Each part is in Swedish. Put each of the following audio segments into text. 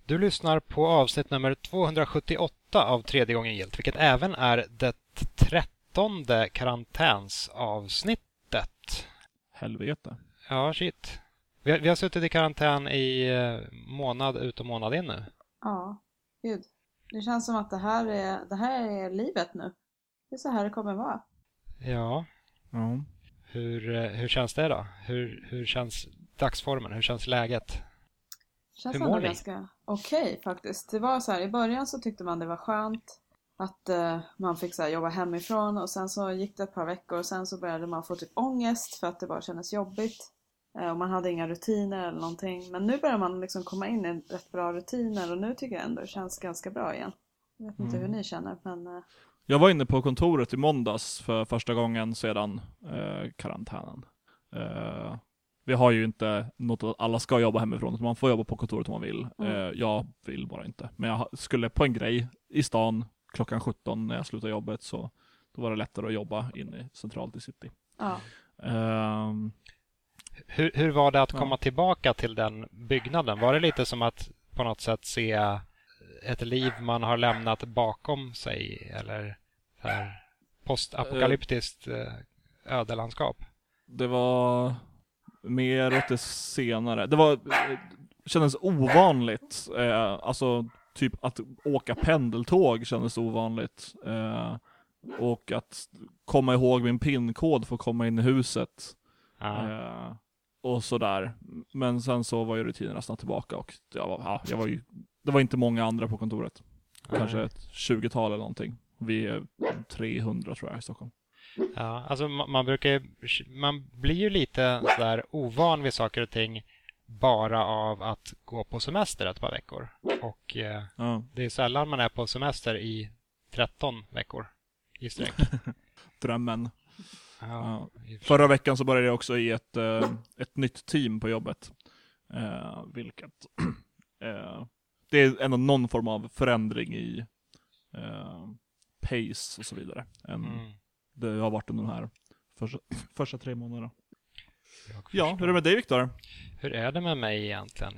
Du lyssnar på avsnitt nummer 278 av Tredje gången gillt, vilket även är det 13:e karantänsavsnittet. Helvete. Ja, shit. Vi har suttit i karantän i månad ut och månad in nu. Ja, gud. Det känns som att det här är livet nu. Det är så här det kommer vara. Ja. Ja. Hur känns det då? Hur känns dagsformen? Hur känns läget? Känns Hur ändå mår ni? ganska okej faktiskt. Det var så här, i början så tyckte man det var skönt att man fick så här, jobba hemifrån, och sen så gick det ett par veckor och sen så började man få typ ångest för att det bara kändes jobbigt. Och man hade inga rutiner eller någonting. Men nu börjar man liksom komma in i rätt bra rutiner, och nu tycker jag ändå det känns ganska bra igen. Jag vet inte hur ni känner, men... Jag var inne på kontoret i måndags för första gången sedan karantänen. Vi har ju inte något att alla ska jobba hemifrån, så man får jobba på kontoret om man vill. Jag vill bara inte. Men jag skulle på en grej i stan klockan 17 när jag slutade jobbet, så då var det lättare att jobba inne centralt i city. Ja. Hur var det att komma tillbaka till den byggnaden? Var det lite som att på något sätt se ett liv man har lämnat bakom sig, eller så här postapokalyptiskt ödelandskap? Det var mer åt det senare. Det kändes ovanligt. Alltså typ att åka pendeltåg kändes ovanligt. Och att komma ihåg min PIN-kod för att komma in i huset. Och sådär. Men sen så var ju rutinerna snart tillbaka, och det var inte många andra på kontoret. Kanske ett 20-tal eller någonting. Vi är 300 tror jag i Stockholm. Ja, alltså man blir ju lite så där ovan vid saker och ting bara av att gå på semester ett par veckor. Och det är sällan man är på semester i 13 veckor i sträck. Drömmen. Ja. Förra veckan så började jag också i ett nytt team på jobbet. Vilket det är ändå någon form av förändring i pace och så vidare. Det har varit under de här första 3 månaderna. Ja, hur är det med dig, Viktor? Hur är det med mig egentligen?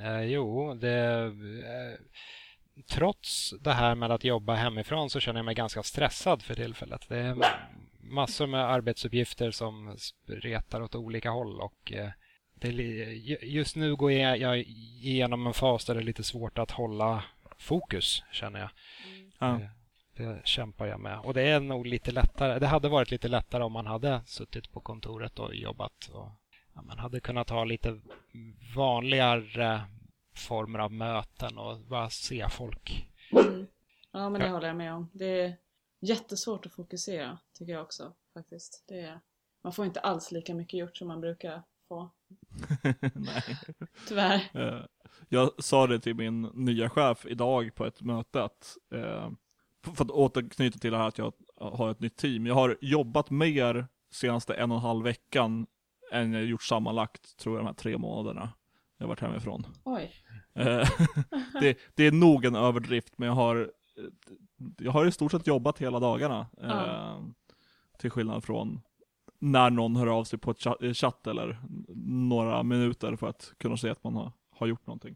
Trots det här med att jobba hemifrån så känner jag mig ganska stressad för tillfället. Det är massor med arbetsuppgifter som retar åt olika håll, och just nu går jag igenom en fas där det är lite svårt att hålla fokus, känner jag. Det kämpar jag med. Och det är nog lite lättare. Det hade varit lite lättare om man hade suttit på kontoret och jobbat. Och man hade kunnat ha lite vanligare former av möten och bara se folk. Ja, men det håller jag med om. Det är jättesvårt att fokusera, tycker jag också faktiskt. Man får inte alls lika mycket gjort som man brukar få. Nej. Tyvärr. Jag sa det till min nya chef idag på ett möte att för att återknyta till det här att jag har ett nytt team. Jag har jobbat mer senaste 1,5 veckan än jag gjort sammanlagt, tror jag, de här 3 månaderna jag har varit hemifrån. Oj. Det är nog en överdrift, men jag har i stort sett jobbat hela dagarna. Till skillnad från när någon hör av sig på ett chatt eller några minuter för att kunna se att man har gjort någonting.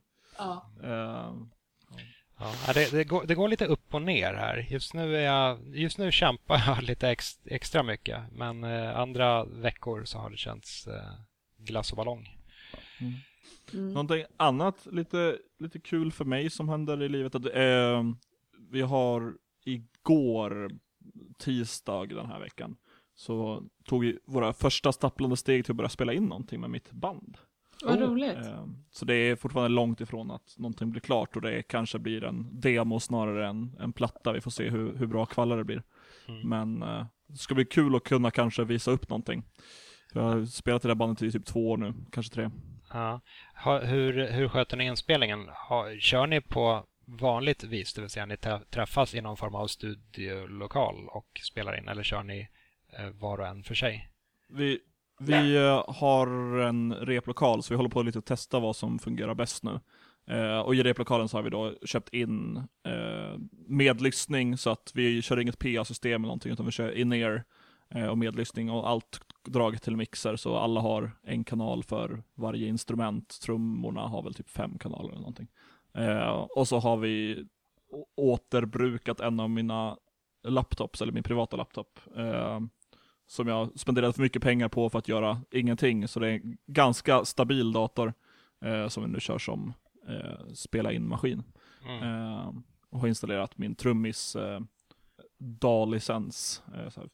Det går lite upp och ner här. Just nu kämpar jag lite extra mycket, men andra veckor så har det känts glass och ballong. Någonting annat lite kul för mig som händer i livet att vi har igår tisdag den här veckan så tog vi våra första stapplande steg till att börja spela in någonting med mitt band. Vad roligt. Så det är fortfarande långt ifrån att någonting blir klart, och det kanske blir en demo snarare än en platta. Vi får se hur bra kvallar det blir. Men det ska bli kul att kunna kanske visa upp någonting. Jag har spelat i det här bandet i typ 2 år nu, kanske 3. Ja. Hur sköter ni inspelningen? Kör ni på vanligt vis, det vill säga ni träffas i någon form av studiolokal och spelar in, eller kör ni var och en för sig? Vi har en replokal, så vi håller på lite att testa vad som fungerar bäst nu. Och i replokalen så har vi då köpt in medlyssning, så att vi kör inget PA-system eller någonting, utan vi kör in-ear och medlyssning och allt draget till mixer, så alla har en kanal för varje instrument. Trummorna har väl typ 5 kanaler eller någonting. Och så har vi återbrukat en av mina laptops, eller min privata laptop, som jag spenderade för mycket pengar på för att göra ingenting. Så det är en ganska stabil dator som vi nu kör som spela in maskin. Och har installerat min trummis DAW-licens,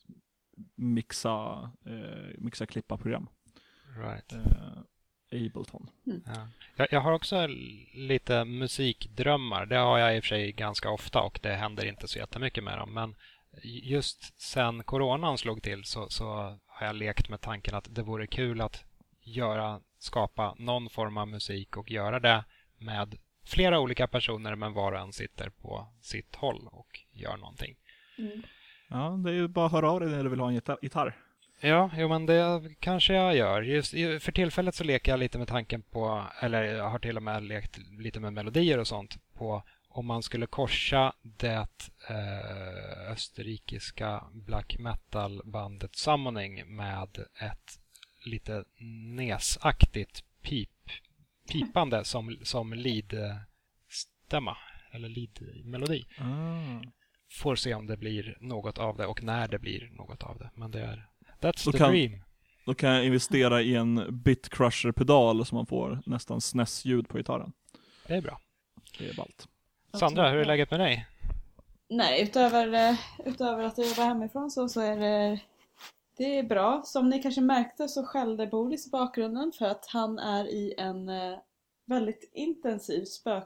mixa klippa-program. Right. Ableton. Ja. Jag har också lite musikdrömmar. Det har jag i och för sig ganska ofta och det händer inte så jättemycket med dem. Men just sen coronan slog till så har jag lekt med tanken att det vore kul att skapa någon form av musik och göra det med flera olika personer, men var och en sitter på sitt håll och gör någonting. Ja, det är ju bara att höra av dig när du vill ha en gitarr. Ja, men det kanske jag gör. Just för tillfället så leker jag lite med tanken på, eller jag har till och med lekt lite med melodier och sånt, på om man skulle korsa det österrikiska black metal-bandet Summoning med ett lite nesaktigt pipande som lead-stämma eller lead-melodi. Får se om det blir något av det och när det blir något av det. Men det är that's the dream. Då kan jag investera i en Bitcrusher-pedal så man får nästan SNES-ljud på gitarren. Det är bra. Det är ballt. Sandra, hur är läget med dig? Nej, utöver att jag jobbar hemifrån så är det är bra. Som ni kanske märkte så skällde Boris i bakgrunden för att han är i en väldigt intensiv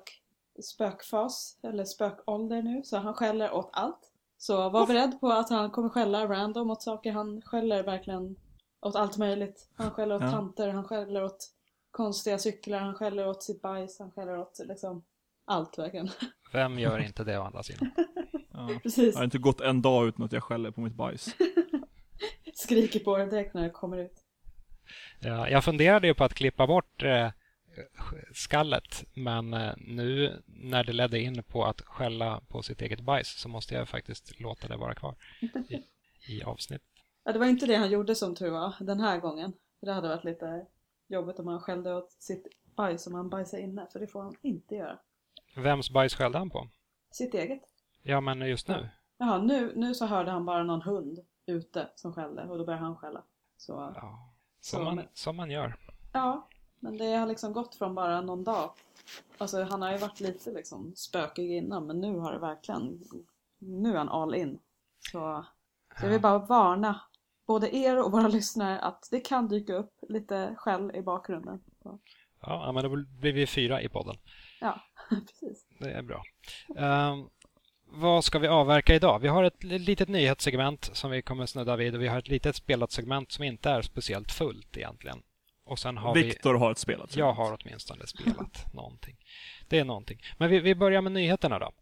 spökfas eller spökålder nu. Så han skäller åt allt. Så var beredd på att han kommer skälla random åt saker. Han skäller verkligen åt allt möjligt. Han skäller åt tanter, han skäller åt konstiga cyklar, han skäller åt sitt bajs, han skäller åt liksom allt verkligen. Vem gör inte det å andra sidan? Ja. Precis. Jag har inte gått en dag utan att jag skäller på mitt bajs. Skriker på det direkt när det kommer ut. Ja, jag funderade ju på att klippa bort skallet, men nu när det ledde in på att skälla på sitt eget bajs så måste jag faktiskt låta det vara kvar i avsnitt. Ja, det var inte det han gjorde som tur var den här gången. Det hade varit lite jobbigt om han skällde åt sitt bajs om han bajsar inne, för det får han inte göra. Vems bajs skällde han på? Sitt eget. Ja, men just nu. Jaha, nu så hörde han bara någon hund ute som skällde och då började han skälla. Så, ja, som man gör. Ja, men det har liksom gått från bara någon dag. Alltså han har ju varit lite liksom spökig innan, men nu har det verkligen, nu är han all in. Så jag vill bara varna både er och våra lyssnare att det kan dyka upp lite skäll i bakgrunden. Så. Ja, men då blir vi 4 i podden. Ja, precis. Det är bra. Vad ska vi avverka idag? Vi har ett litet nyhetssegment som vi kommer snudda vid och vi har ett litet spelat segment som inte är speciellt fullt egentligen. Och sen har Viktor har ett spelat segment. Jag har åtminstone spelat någonting. Det är någonting. Men vi börjar med nyheterna då.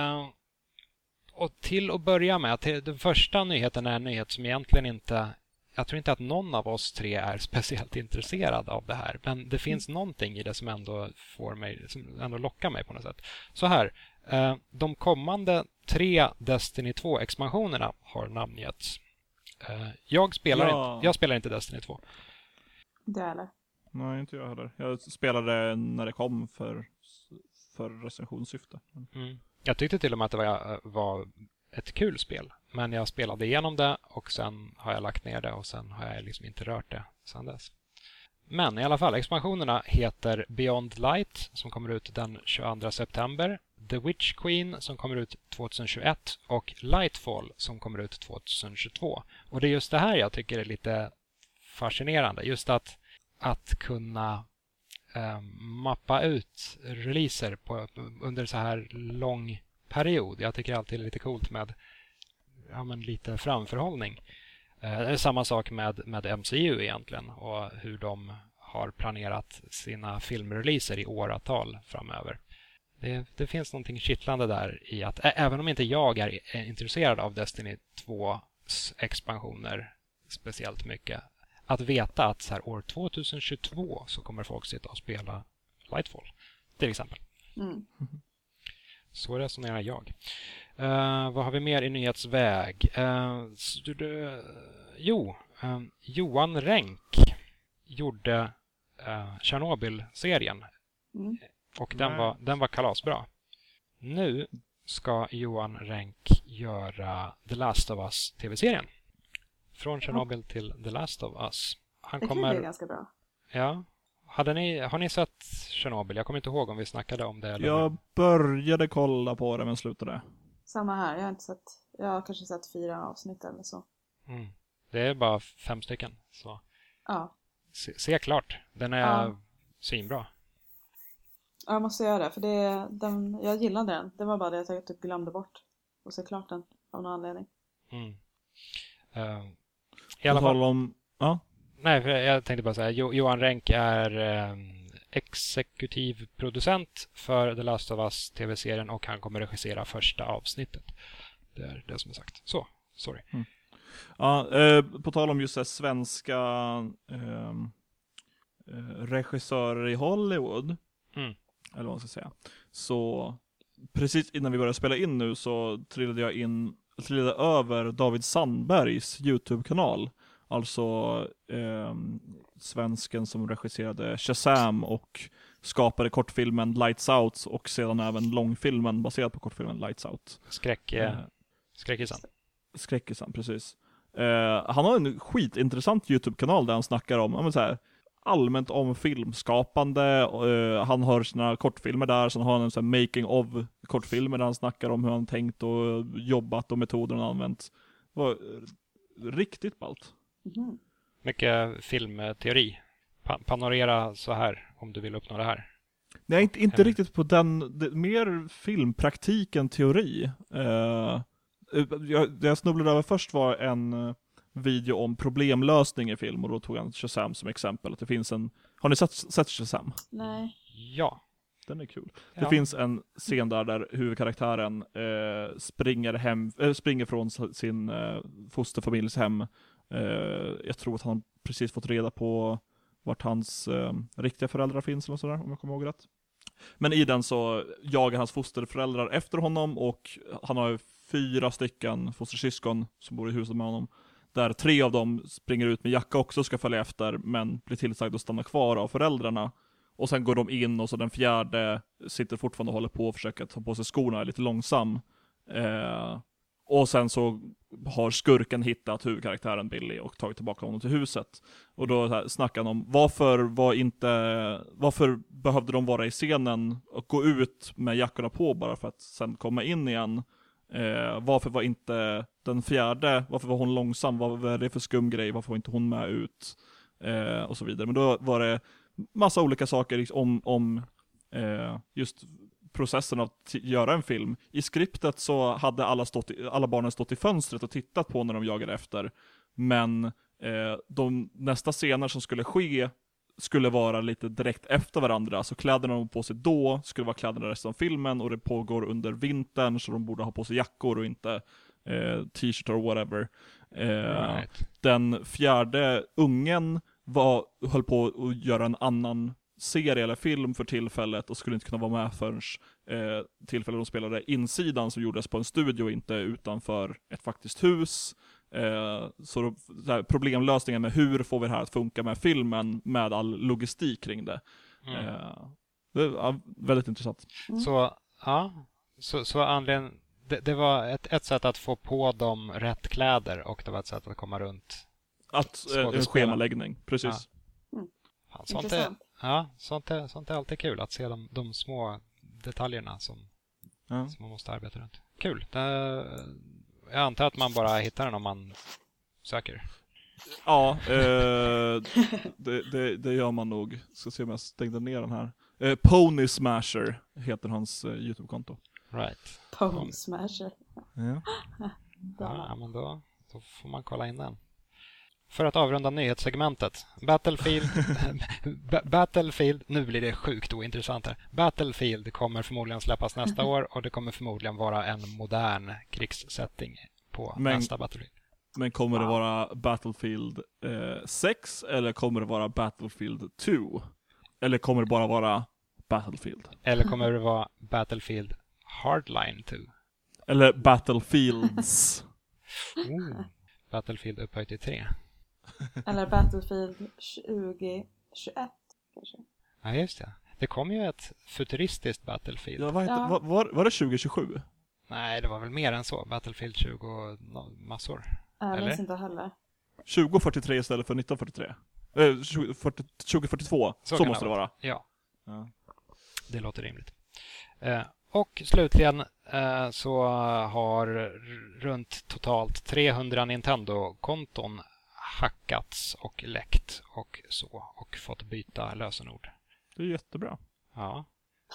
Och till att börja med, den första nyheten är en nyhet som egentligen inte... Jag tror inte att någon av oss 3 är speciellt intresserad av det här. Men det finns någonting i det som ändå lockar mig på något sätt. Så här, de kommande 3 Destiny 2-expansionerna har namngetts. Jag spelar inte Destiny 2. Det eller? Nej, inte jag heller. Jag spelade när det kom för recensionssyfte. Jag tyckte till och med att det var ett kul spel. Men jag spelade igenom det och sen har jag lagt ner det och sen har jag liksom inte rört det sedan dess. Men i alla fall, expansionerna heter Beyond Light som kommer ut den 22 september. The Witch Queen som kommer ut 2021 och Lightfall som kommer ut 2022. Och det är just det här jag tycker är lite fascinerande. Just att kunna mappa ut releaser under så här lång period. Jag tycker alltid det är lite coolt med lite framförhållning. Det är samma sak med MCU egentligen och hur de har planerat sina filmreleaser i åratal framöver. Det finns någonting kittlande där i att även om inte jag är intresserad av Destiny 2s expansioner speciellt mycket, att veta att så här, år 2022 så kommer folk sitta och spela Lightfall till exempel. Så resonerar jag. Vad har vi mer i nyhetsväg? Johan Renck gjorde Chernobyl-serien. Och den var kalasbra. Nu ska Johan Renck göra The Last of Us TV-serien. Från Chernobyl till The Last of Us. Det kan bli ganska bra. Ja. Har ni sett Chernobyl? Jag kommer inte ihåg om vi snackade om det. Eller Jag började kolla på det men slutade. Samma här. Jag har kanske sett 4 avsnitt eller så. Mm. Det är bara 5 stycken. Så. Ja. Se klart. Den är svinbra. Ja, jag måste göra det. För jag gillade den. Det var bara det att jag typ glömde bort. Och se klart den av någon anledning. Mm. I alla fall om... Ja. Nej, för jag tänkte bara säga Johan Renck är exekutiv producent för The Last of Us TV-serien och han kommer regissera första avsnittet. Det är det som är sagt. Så, sorry. Mm. Ja, på tal om just det svenska regissörer i Hollywood, eller vad man ska säga, så precis innan vi började spela in nu så trillade över David Sandbergs YouTube-kanal. Alltså svensken som regisserade Shazam och skapade kortfilmen Lights Out och sedan även långfilmen baserad på kortfilmen Lights Out. Skräckisen, precis. Han har en skitintressant YouTube-kanal där han snackar om så här, allmänt om filmskapande. Han har sina kortfilmer där, så har han en sån här making of kortfilmer där han snackar om hur han tänkt och jobbat och metoder han använt. Det var riktigt ballt. Mm. Mycket filmteori. Panorera så här om du vill uppnå det här. Nej, inte riktigt på mer filmpraktik än teori. Jag snubblade över först var en video om problemlösning i film och då tog han Shazam som exempel. Att det finns har ni sett Shazam? Nej. Ja. Den är kul. Ja. Det finns en scen där huvudkaraktären springer från sin fosterfamiljs hem. Jag tror att han precis fått reda på vart hans riktiga föräldrar finns eller sådär, om jag kommer ihåg rätt. Men i den så jagar hans fosterföräldrar efter honom och han har 4 stycken fostersyskon som bor i huset med honom. Där 3 av dem springer ut med jacka också och ska följa efter men blir tillsagda att stanna kvar av föräldrarna. Och sen går de in och så den 4:e sitter fortfarande och håller på och försöker ta på sig skorna, är lite långsam. Och sen så har skurken hittat huvudkaraktären Billy och tagit tillbaka honom till huset. Och då så här, snackar han om varför behövde de vara i scenen och gå ut med jackorna på bara för att sen komma in igen. Varför var inte den 4:e, varför var hon långsam, vad var det för skum grej, varför var inte hon med ut och så vidare. Men då var det massa olika saker om just processen att göra en film. I skriptet så hade alla barnen stått i fönstret och tittat på när de jagade efter. Men de nästa scener som skulle ske skulle vara lite direkt efter varandra. Så kläderna de på sig då skulle vara kläderna resten av filmen och det pågår under vintern så de borde ha på sig jackor och inte t-shirtar och whatever. Right. Den 4:e ungen höll på att göra en annan serie eller film för tillfället och skulle inte kunna vara med förrän tillfället de spelade insidan som gjordes på en studio, inte utanför ett faktiskt hus. Så problemlösningen med hur får vi det här att funka med filmen med all logistik kring det. Det är väldigt intressant. Så anledningen, det var ett sätt att få på dem rätt kläder och det var ett sätt att komma runt en schemaläggning, precis. Sånt är alltid kul att se de små detaljerna som man måste arbeta runt. Kul. Jag antar att man bara hittar den om man söker. Ja, det gör man nog. Ska se om jag stängde ner den här. Pony Smasher heter hans YouTube-konto. Right. Pony Smasher. Ja, men då får man kolla in den. För att avrunda nyhetssegmentet. Battlefield, nu blir det sjukt ointressant här. Battlefield kommer förmodligen släppas nästa år och det kommer förmodligen vara en modern krigssetting på nästa Battlefield. Men kommer det vara Battlefield 6 eller kommer det vara Battlefield 2? Eller kommer det bara vara Battlefield? Eller kommer det vara Battlefield Hardline 2? Eller Battlefields? Battlefield upphöjt till 3. Eller Battlefield 2021 kanske. Ja, just det. Det kom ju ett futuristiskt Battlefield. Ja, var det 2027? Nej, det var väl mer än så. Battlefield 20 massor. Jag minns inte heller. 2043 istället för 1943. 2042, så måste det vara. Ja. Det låter rimligt. Och slutligen så har runt totalt 300 Nintendo-konton hackats och läckt och fått byta lösenord. Det är jättebra. Ja.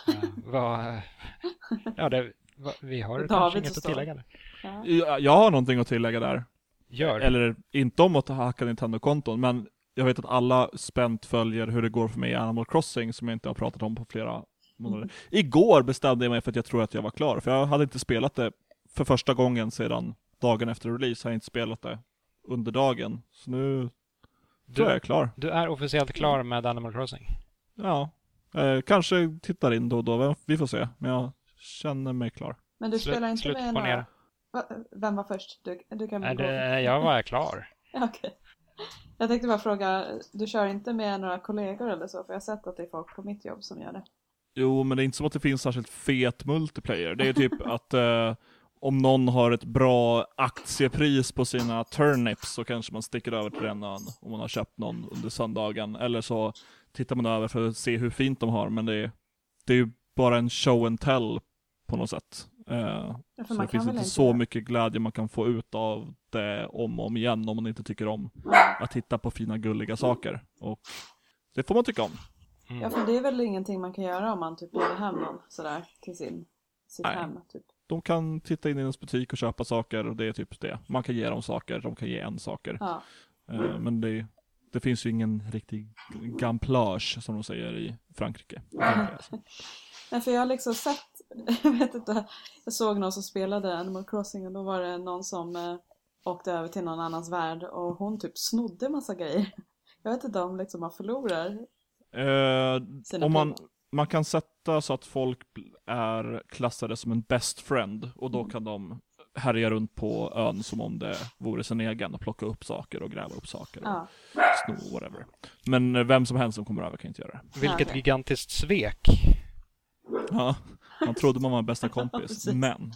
Vi har kanske inget att tillägga där. Ja. Jag har någonting att tillägga där. Gör. Eller inte om att hacka Nintendo-konton, men jag vet att alla spänt följer hur det går för mig i Animal Crossing, som jag inte har pratat om på flera månader. Igår bestämde jag mig för att jag tror att jag var klar, för jag hade inte spelat det för första gången sedan dagen efter release. Jag har inte spelat det under dagen, så nu tror jag är klar. Du är officiellt klar med Animal Crossing? Ja, kanske tittar in då och då, vi får se, men jag känner mig klar. Men du spelar inte med några... Vem var först? Du kan jag var klar. Okej. Jag tänkte bara fråga, du kör inte med några kollegor eller så? För jag har sett att det är folk på mitt jobb som gör det. Jo, men det är inte som att det finns särskilt fet multiplayer. Det är typ att om någon har ett bra aktiepris på sina turnips så kanske man sticker över till den om man har köpt någon under söndagen. Eller så tittar man över för att se hur fint de har. Men det är ju bara en show and tell på något sätt. Så det finns inte så mycket glädje man kan få ut av det om och om igen om man inte tycker om att titta på fina gulliga saker. Och det får man tycka om. Mm. Ja, för det är väl ingenting man kan göra om man typ bjuder hem någon sådär till sitt hem. Typ. De kan titta in i ens butik och köpa saker, och det är typ det. Man kan ge dem saker, de kan ge en saker. Ja. Men det finns ju ingen riktig gamplage som de säger i Frankrike. Nej, för jag har liksom sett, jag vet inte, jag såg någon som spelade Animal Crossing och då var det någon som åkte över till någon annans värld och hon typ snodde massa grejer. Jag vet inte om liksom man förlorar om man kan sätta så att folk är klassade som en best friend, och då kan de härja runt på ön som om det vore sin egen och plocka upp saker och gräva upp saker och sno whatever. Men vem som helst som kommer över kan inte göra det. Vilket gigantiskt svek. Ja, man trodde man var bästa kompis, men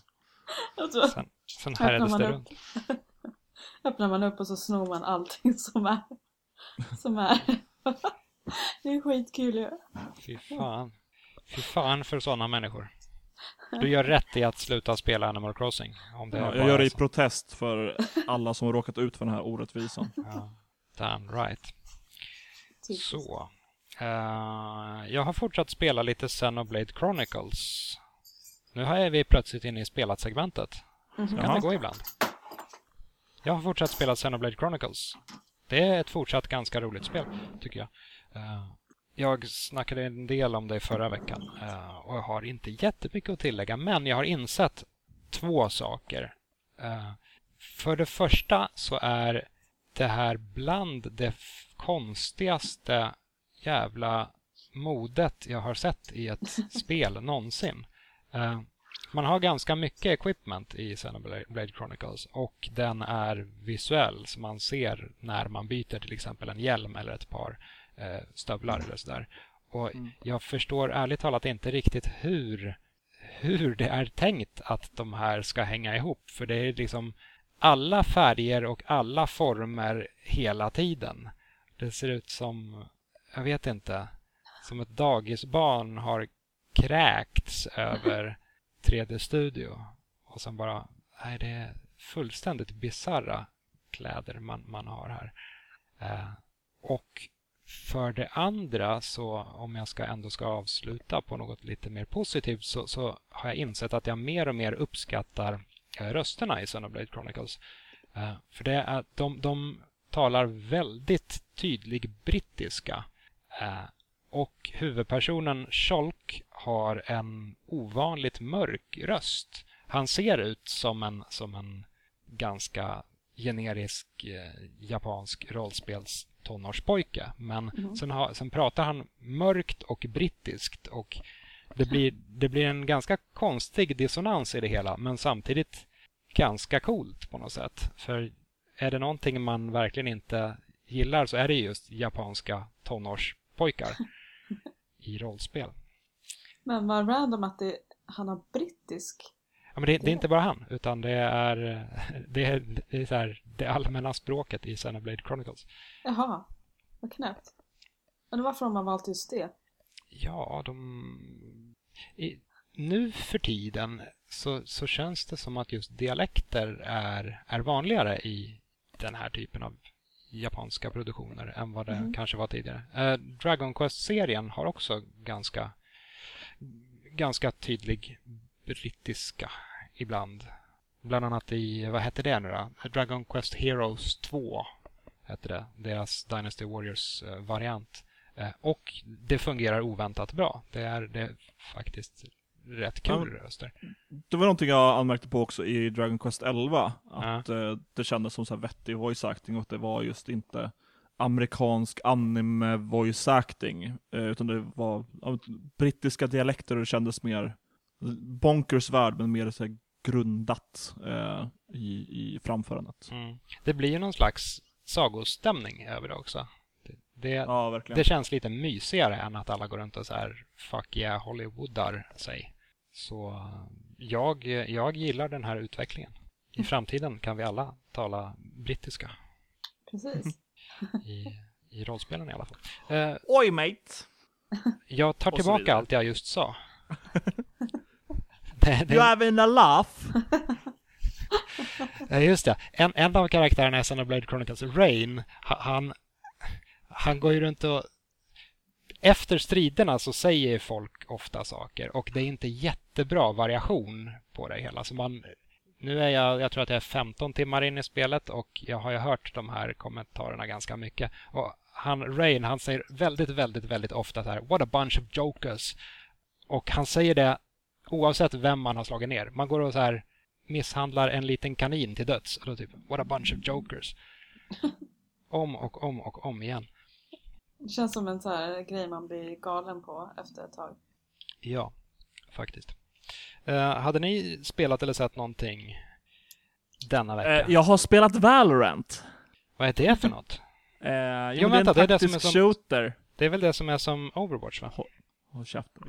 sen härjades det runt. Öppnar man upp och så snor man allting som är. Det är skitkul ju. Fy fan för sådana människor. Du gör rätt i att sluta spela Animal Crossing. Om det jag gör det i protest för alla som har råkat ut för den här orättvisan. Damn right. Så. Jag har fortsatt spela lite Xenoblade Chronicles. Nu är vi plötsligt inne i spelat-segmentet. Så kan det gå ibland. Jag har fortsatt spela Xenoblade Chronicles. Det är ett fortsatt ganska roligt spel, tycker jag. Jag snackade en del om det förra veckan och jag har inte jättemycket att tillägga, men jag har insett två saker. För det första så är det här bland det konstigaste jävla modet jag har sett i ett spel någonsin. Man har ganska mycket equipment i Xenoblade Chronicles och den är visuell, så man ser när man byter till exempel en hjälm eller ett par stövlar eller sådär. Och jag förstår ärligt talat inte riktigt hur det är tänkt att de här ska hänga ihop, för det är liksom alla färger och alla former hela tiden. Det ser ut som, jag vet inte, som ett dagisbarn har kräkts över 3D Studio. Och sen bara, nej, det är fullständigt bizarra kläder man har här. Och för det andra, så om jag ändå ska avsluta på något lite mer positivt, så har jag insett att jag mer och mer uppskattar rösterna i Xenoblade Chronicles. För det är, de talar väldigt tydlig brittiska. Och huvudpersonen Shulk har en ovanligt mörk röst. Han ser ut som en ganska generisk japansk rollspels tonårspojke, men sen pratar han mörkt och brittiskt, och det blir en ganska konstig dissonans i det hela, men samtidigt ganska coolt på något sätt. För är det någonting man verkligen inte gillar så är det just japanska tonårspojkar i rollspel. Men vad random att han har brittisk. Ja, men det är inte bara han, utan det är så här, det allmänna språket i Xenoblade Chronicles. Jaha, vad knäppt. Men varför har man valt just det? Ja, nu för tiden så känns det som att just dialekter är vanligare i den här typen av japanska produktioner än vad det kanske var tidigare. Dragon Quest-serien har också ganska tydlig brittiska ibland. Bland annat i, vad hette det nu då? Dragon Quest Heroes 2 hette det. Deras Dynasty Warriors-variant. Och det fungerar oväntat bra. Det är faktiskt rätt kul röster. Det var någonting jag anmärkte på också i Dragon Quest 11. Att det kändes som så här vettig voice acting och det var just inte amerikansk anime voice acting. Utan det var brittiska dialekter och det kändes mer bonkers värld men mer så här grundat i framförandet. Det blir ju någon slags sagostämning över det också. Ja, verkligen. Det känns lite mysigare än att alla går runt och så här fuck yeah Hollywoodar sig. Så jag gillar den här utvecklingen. I framtiden kan vi alla tala brittiska. Precis. I rollspelen i alla fall. Oj mate! Jag tar tillbaka allt jag just sa. You having a laugh? Ja, just det. En av karaktärerna i Xenoblade Chronicles, Rain, han går ju runt och efter striderna så säger folk ofta saker och det är inte jättebra variation på det hela. Så nu är jag tror att jag är 15 timmar in i spelet och jag har ju hört de här kommentarerna ganska mycket. Och Rain, han säger väldigt, väldigt, väldigt ofta så här, what a bunch of jokers. Och han säger det oavsett vem man har slagit ner. Man går och så här misshandlar en liten kanin till döds och då typ, what a bunch of jokers. Om och om och om igen. Det känns som en så här grej man blir galen på efter ett tag. Ja, faktiskt. Hade ni spelat eller sett någonting denna vecka? Jag har spelat Valorant. Vad är det för något? Jo, vänta, det är det som är som shooter. Det är väl det som är som Overwatch, va? Håll käften.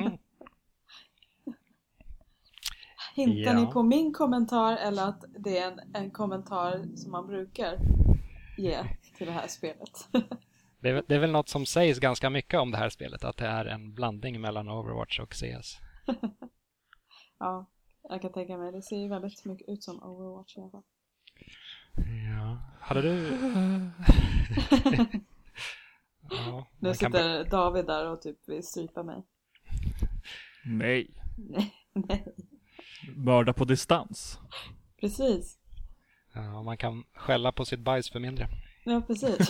Hintar ni på min kommentar eller att det är en kommentar som man brukar ge till det här spelet? Det är väl något som sägs ganska mycket om det här spelet, att det är en blandning mellan Overwatch och CS. Ja, jag kan tänka mig. Det ser ju väldigt mycket ut som Overwatch i alla fall. Ja, hade du... ja, nu sitter David där och typ vill strypa mig. Nej. Nej. Mörda på distans. Precis. Ja, man kan skälla på sitt bajs för mindre. Ja, precis.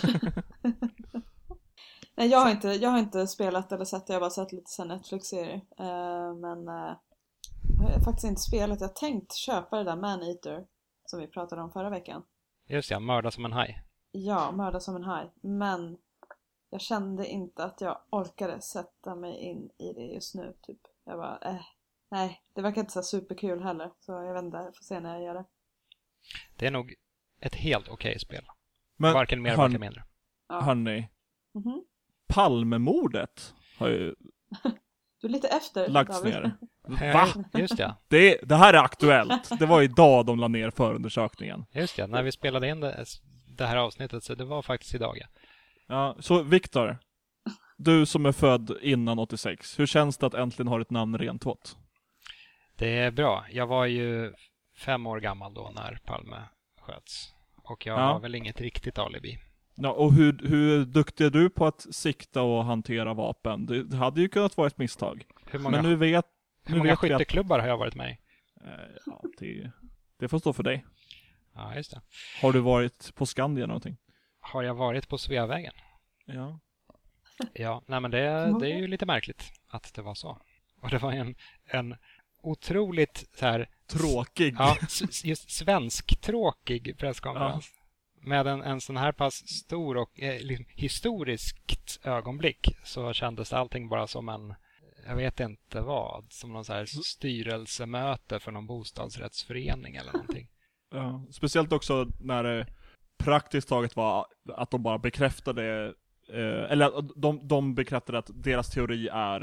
Nej, jag har inte spelat eller sett. Jag har bara sett lite sen Netflix-serier. Men jag har faktiskt inte spelat. Jag har tänkt köpa det där Man-Eater som vi pratade om förra veckan. Just ja, mörda som en haj. Ja, mörda som en haj. Men jag kände inte att jag orkade sätta mig in i det just nu. Typ. Jag bara, nej, det verkar inte så superkul heller. Så jag vet inte, jag får se när jag gör det. Det är nog ett helt okej spel. Men, varken mer, varken mindre. Ja. Hörni, Palmemordet har ju du är lite efter, lagts David. ner. Va? Just ja. Det här är aktuellt. Det var idag de la ner förundersökningen. Just ja, när vi spelade in det här avsnittet så det var faktiskt idag. Ja. Ja, så Viktor, du som är född innan 86, hur känns det att äntligen ha ett namn rentvått? Det är bra. Jag var ju 5 år gammal då när Palme sköts. Och jag har väl inget riktigt alibi. Ja, och hur duktig är du på att sikta och hantera vapen? Det hade ju kunnat vara ett misstag. Hur många, men hur många skytteklubbar har jag varit med i? Ja, det får stå för dig. Ja, just det. Har du varit på Skandia någonting? Har jag varit på Sveavägen? Ja. Ja, nej men det är ju lite märkligt att det var så. Och det var en otroligt så här tråkig. Ja, just svensk-tråkig presskonferens. Ja. Med en sån här pass stor och historiskt ögonblick så kändes allting bara som en, jag vet inte vad, som någon så här styrelsemöte för någon bostadsrättsförening eller någonting. Ja, speciellt också när det praktiskt taget var att de bara bekräftade eller de bekräftade att deras teori är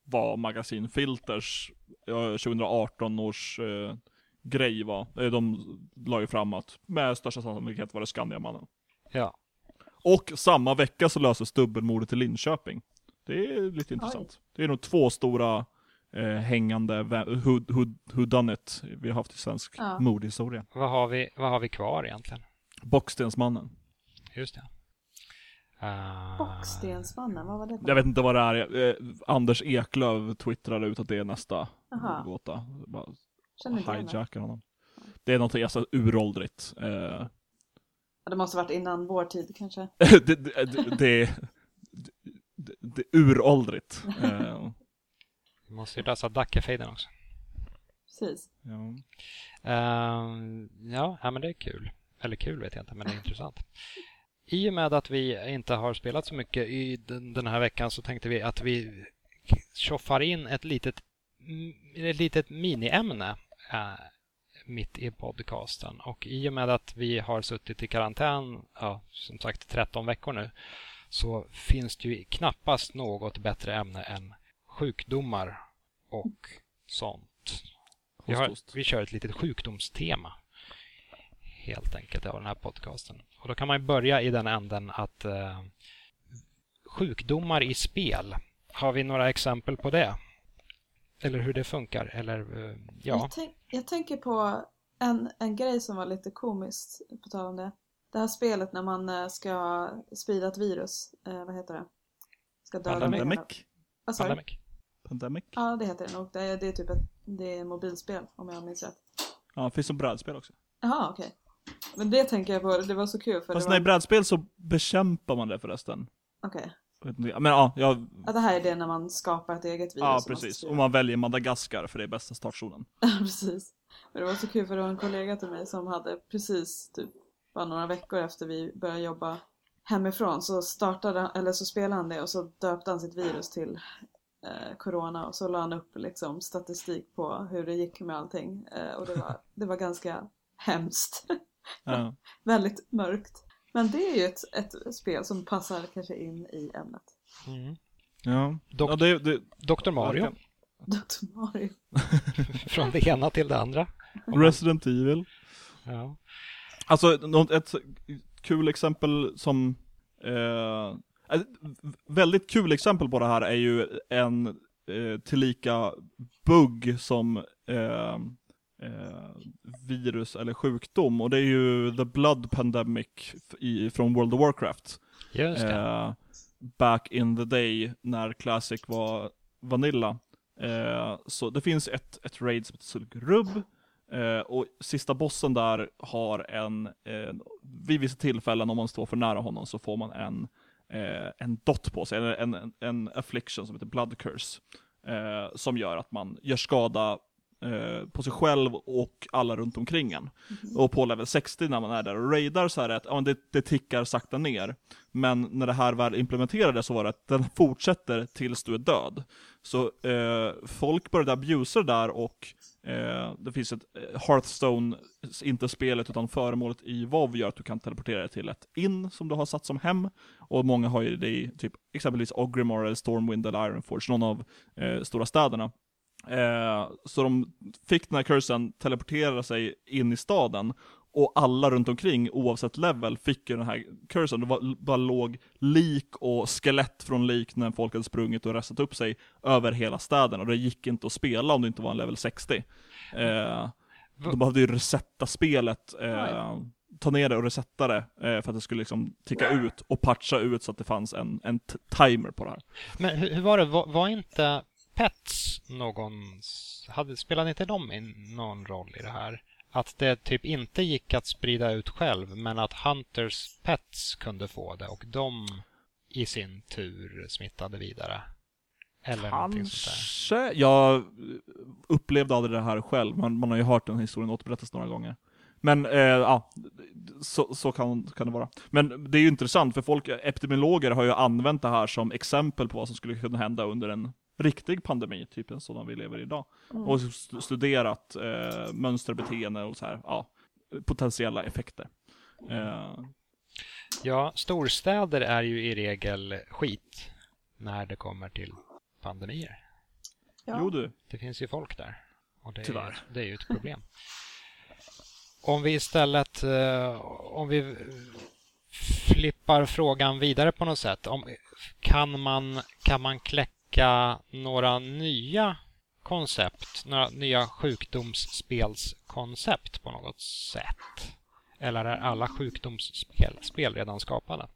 vad magasinfilters 2018 års grej var. De la ju fram att med största sannolikhet var det Skandiamannen. Ja. Och samma vecka så löses dubbelmordet i Linköping. Det är lite intressant. Det är nog 2 stora hängande who done it vi har haft i svensk mordhistoria. Vad har vi kvar egentligen? Bockstensmannen. Just det. Bockstensmannen, vad var det? Jag vet inte vad det är. Anders Eklöf twittrade ut att det är nästa gåta. Bara hijackar honom. Det är något alltså uråldrigt. Det måste varit innan vår tid kanske. det är uråldrigt. Vi måste ju läsa Dackefejden också. Precis. Ja, men det är kul. Eller kul vet jag inte, men det är intressant. I och med att vi inte har spelat så mycket i den här veckan så tänkte vi att vi tjoffar in ett litet miniämne mitt i podcasten. Och i och med att vi har suttit i karantän, som sagt 13 veckor nu, så finns det ju knappast något bättre ämne än sjukdomar och sånt. Vi kör ett litet sjukdomstema helt enkelt av den här podcasten. Och då kan man börja i den änden att sjukdomar i spel. Har vi några exempel på det? Eller hur det funkar? Eller, ja. Jag tänker på en grej som var lite komiskt på tal om det. Det här spelet när man ska sprida ett virus. Vad heter det? Ska döda Pandemic. Pandemic? Ja, det heter det nog. Det är typ det är mobilspel om jag minns rätt. Ja, det finns som brädspel också. Jaha, okej. Men det tänker jag på, det var så kul. Fast när i brädspel så bekämpar man det förresten. Okej. Men ja, det här är det när man skapar ett eget virus. Ja, precis. Och man väljer Madagaskar för det är bästa startzonen. Ja, precis. Men det var så kul för det var en kollega till mig som hade precis typ bara några veckor efter vi började jobba hemifrån så spelade han det och så döpte han sitt virus till corona och så la han upp liksom statistik på hur det gick med allting. Och det var ganska hemskt. Ja. Väldigt mörkt. Men det är ju ett spel som passar kanske in i ämnet. Mm. Ja. Dr. Mario. Dr. Mario. Från det ena till det andra. Resident Evil. Ja. Alltså ett kul exempel som ett väldigt kul exempel på det här är ju en tillika bugg som virus eller sjukdom, och det är ju The Blood Pandemic från World of Warcraft. Just det. Back in the day när Classic var Vanilla. Så det finns ett raid som heter Sulgrub, och sista bossen där har vid vissa tillfällen om man står för nära honom så får man en dot på sig, en affliction som heter Blood Curse, som gör att man gör skada på sig själv och alla runt omkring en. Och på level 60 när man är där och raidar så är det att det tickar sakta ner. Men när det här väl implementerades så var det att den fortsätter tills du är död. Så folk började abusa det där, och det finns ett Hearthstone, inte spelet utan föremålet i WoW gör att du kan teleportera dig till ett inn som du har satt som hem. Och många har ju det i typ exempelvis Orgrimmar eller Stormwind eller Ironforge, någon av stora städerna. Så de fick den här kursen teleportera sig in i staden, och alla runt omkring oavsett level fick ju den här kursen. Det bara låg lik och skelett från lik när folk hade sprungit och restat upp sig över hela städen, och det gick inte att spela om det inte var en level 60. De behövde ju resetta spelet, ta ner det och resetta det för att det skulle liksom ticka ut och patcha ut så att det fanns en timer på det här. Men hur var det? Var inte Pets spelade inte de in någon roll i det här? Att det typ inte gick att sprida ut själv, men att Hunters Pets kunde få det och de i sin tur smittade vidare. Eller någonting sånt där. Jag upplevde aldrig det här själv, men man har ju hört den historien återberättas några gånger. Men så kan det vara. Men det är ju intressant, för epidemiologer har ju använt det här som exempel på vad som skulle kunna hända under en riktig pandemi, typ en sådan vi lever i idag. Och studerat mönsterbeteende och så här, potentiella effekter. Ja, storstäder är ju i regel skit när det kommer till pandemier. Ja. Jo du. Det finns ju folk där. Och Tyvärr. det är ju ett problem. Om vi istället om vi flippar frågan vidare på något sätt. Kan man kläcka några nya koncept, några nya sjukdomsspelskoncept på något sätt? Eller är alla sjukdomsspel redan skapade?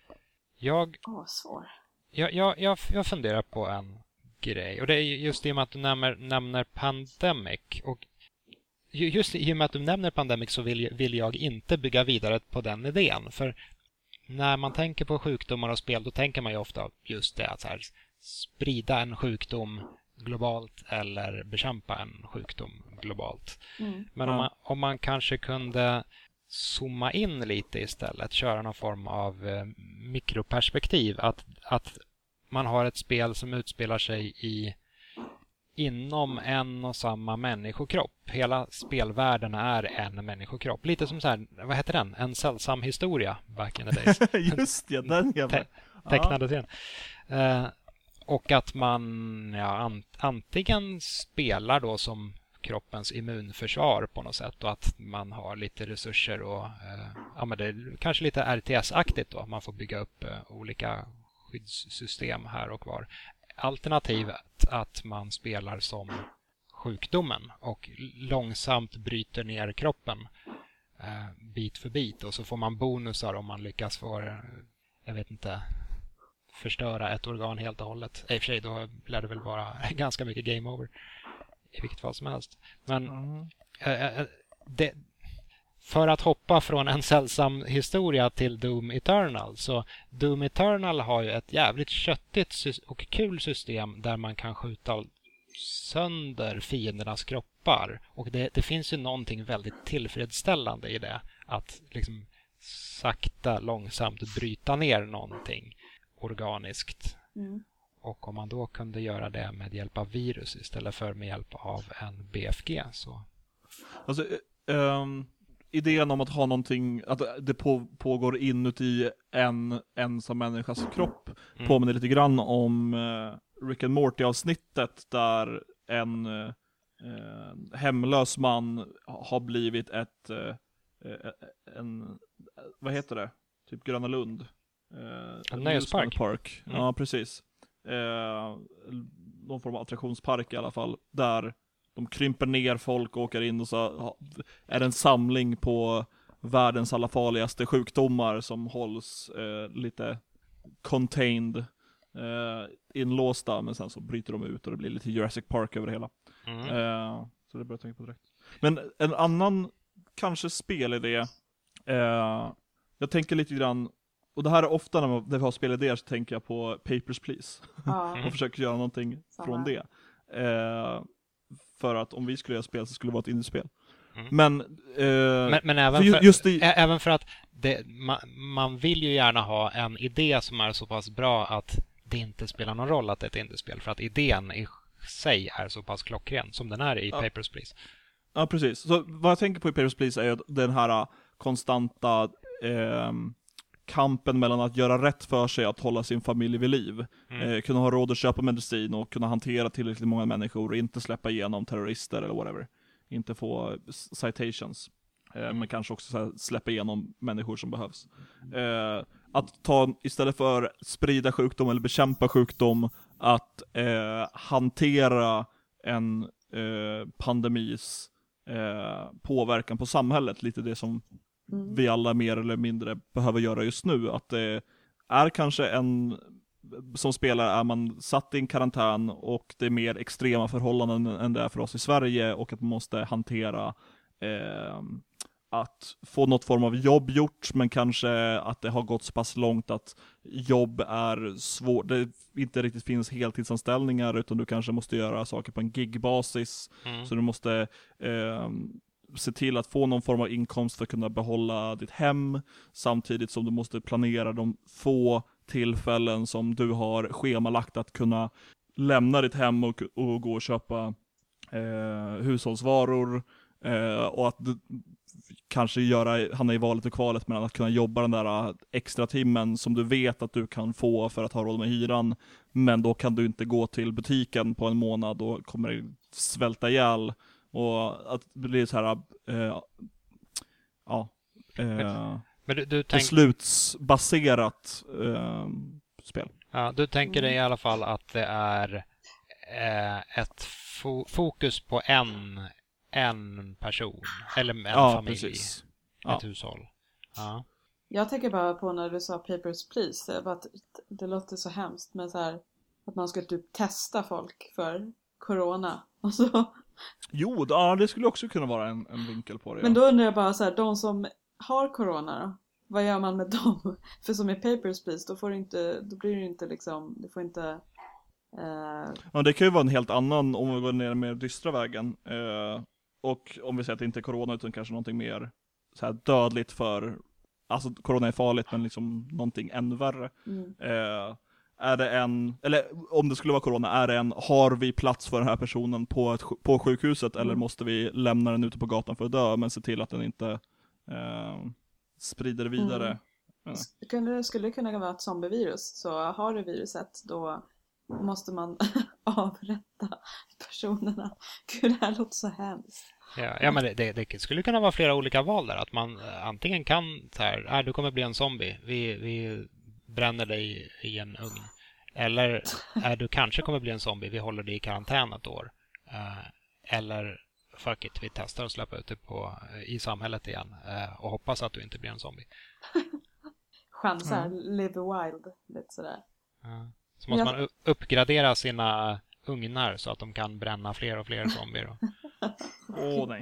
Svår. Jag funderar på en grej. Och det är just i och med att du nämner Pandemic. Och just i och med att du nämner Pandemic så vill jag inte bygga vidare på den idén. För när man tänker på sjukdomar och spel, då tänker man ju ofta just det att så här, sprida en sjukdom globalt eller bekämpa en sjukdom globalt. Men om man kanske kunde zooma in lite istället, köra någon form av mikroperspektiv, att man har ett spel som utspelar sig inom en och samma människokropp. Hela spelvärlden är en människokropp. Lite som så här, vad heter den? En sällsam historia back in the days. Just det, den jävla. Tecknade sen. Och att man antingen spelar då som kroppens immunförsvar på något sätt och att man har lite resurser och men det är kanske lite RTS-aktigt då. Man får bygga upp olika skyddssystem här och var. Alternativet att man spelar som sjukdomen och långsamt bryter ner kroppen bit för bit och så får man bonusar om man lyckas förstöra ett organ helt och hållet. I och för sig då lär det väl vara ganska mycket game over i vilket fall som helst. Men för att hoppa från en sällsam historia till Doom Eternal, så Doom Eternal har ju ett jävligt köttigt och kul system där man kan skjuta sönder fiendernas kroppar. Och det finns ju någonting väldigt tillfredsställande i det. Att liksom sakta, långsamt bryta ner någonting organiskt. Och om man då kunde göra det med hjälp av virus istället för med hjälp av en BFG så... Alltså, idén om att ha någonting, att det pågår inuti en ensam människas kropp påminner lite grann om Rick and Morty-avsnittet där en hemlös man har blivit vad heter det? Typ Gröna Lund. En nöjespark. Ja, precis. Någon form av attraktionspark i alla fall, där de krymper ner folk och åker in och så är det en samling på världens alla farligaste sjukdomar som hålls lite contained, inlåsta, men sen så bryter de ut och det blir lite Jurassic Park över det hela. Så det börjar jag tänka på direkt. Men en annan kanske spelidé, jag tänker lite grann, och det här är ofta när vi har spelidéer så tänker jag på Papers, Please. Och försöker göra någonting från det. För att om vi skulle göra spel så skulle det vara ett indiespel. Men även för att man vill ju gärna ha en idé som är så pass bra att det inte spelar någon roll att det är ett indiespel. För att idén i sig är så pass klockren som den är i Papers, Please. Ja, precis. Så vad jag tänker på i Papers, Please är den här konstanta kampen mellan att göra rätt för sig, att hålla sin familj vid liv, kunna ha råd att köpa medicin och kunna hantera tillräckligt många människor och inte släppa igenom terrorister eller whatever, inte få citations, men kanske också släppa igenom människor som behövs, att ta, istället för sprida sjukdom eller bekämpa sjukdom, att hantera en pandemis påverkan på samhället, lite det som vi alla mer eller mindre behöver göra just nu. Att det är kanske som spelare är man satt i en karantän och det är mer extrema förhållanden än det är för oss i Sverige, och att man måste hantera att få något form av jobb gjort, men kanske att det har gått så pass långt att jobb är svårt, det inte riktigt finns heltidsanställningar, utan du kanske måste göra saker på en gigbasis, så du måste se till att få någon form av inkomst för att kunna behålla ditt hem, samtidigt som du måste planera de få tillfällen som du har schemalagt att kunna lämna ditt hem och gå och köpa hushållsvaror, och att kanske hamna i valet och kvalet mellan att kunna jobba den där extra timmen som du vet att du kan få för att ha råd med hyran, men då kan du inte gå till butiken på en månad, då kommer det svälta ihjäl, och att det blir så här Men du beslutsbaserat spel. Ja, du tänker dig i alla fall att det är ett fokus på en person eller en familj, precis. ett hushåll. Ja. Jag tänker bara på när du sa Papers, Please, att det låter så hemskt, men så här, att man skulle typ testa folk för corona och så. Jo, det skulle också kunna vara en vinkel på det. Men då undrar jag bara så här, de som har corona då? Vad gör man med dem? För som i Papers, Please, då blir det inte liksom, det får inte... Ja, det kan ju vara en helt annan, om vi går ner mer dystra vägen. Och om vi säger att det inte är corona utan kanske någonting mer så här dödligt för... Alltså corona är farligt, men liksom någonting ännu värre. Är det eller om det skulle vara corona, har vi plats för den här personen på sjukhuset, eller måste vi lämna den ute på gatan för att dö, men se till att den inte sprider vidare. Skulle det kunna vara ett zombievirus, så har du viruset, då måste man avrätta personerna. Gud, det här låter så hemskt. Ja, men det skulle kunna vara flera olika val där. Att man antingen kan så här, du kommer bli en zombie. Vi bränner dig i en ugn. Eller du kanske kommer bli en zombie. Vi håller dig i karantän ett år. Eller fuck it, vi testar att släppa ut det i samhället igen. Och hoppas att du inte blir en zombie. Chansar, live wild, lite sådär. Ja. Så måste man uppgradera sina ugnar så att de kan bränna fler och fler zombier. Nej.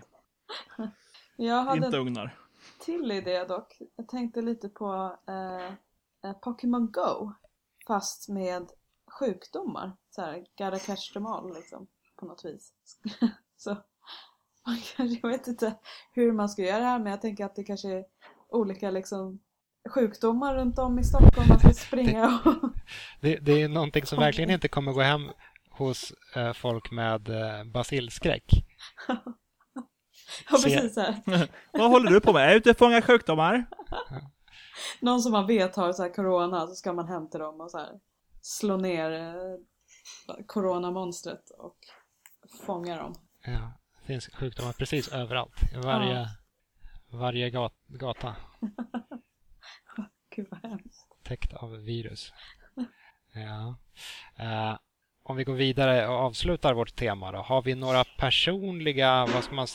Jag hade inte ugnar. Till idé dock. Jag tänkte lite på Pokémon Go, fast med sjukdomar. Så här, gotta catch them all liksom, på något vis. Så jag vet inte hur man ska göra det här, men jag tänker att det kanske är olika liksom sjukdomar runt om i Stockholm man ska springa det är någonting som verkligen inte kommer gå hem hos folk med basilskräck. Ja, precis så här. Vad håller du på med? Är du ute och fångar sjukdomar? Någon som man vet har så här corona, så ska man hem till dem och så här slå ner coronamonstret och fånga dem. Ja, det finns sjukdomar precis överallt. I varje gata. Gud vad hemskt. Täckt av virus. Ja. Om vi går vidare och avslutar vårt tema då. Har vi några personliga,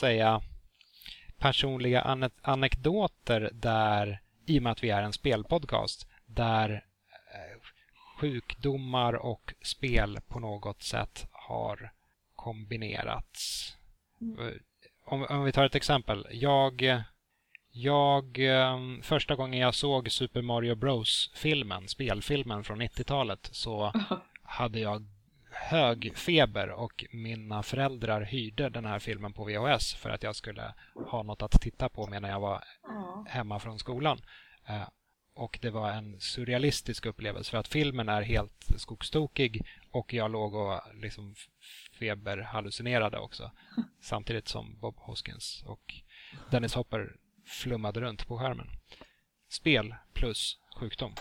personliga anekdoter där, i och med att vi är en spelpodcast, där sjukdomar och spel på något sätt har kombinerats? Om vi tar ett exempel. Första gången jag såg Super Mario Bros-filmen, spelfilmen från 90-talet, så hade jag hög feber och mina föräldrar hyrde den här filmen på VHS för att jag skulle ha något att titta på medan jag var hemma från skolan. Och det var en surrealistisk upplevelse för att filmen är helt skogstokig och jag låg och liksom feberhallucinerade också. Samtidigt som Bob Hoskins och Dennis Hopper flummade runt på skärmen. Spel plus sjukdom.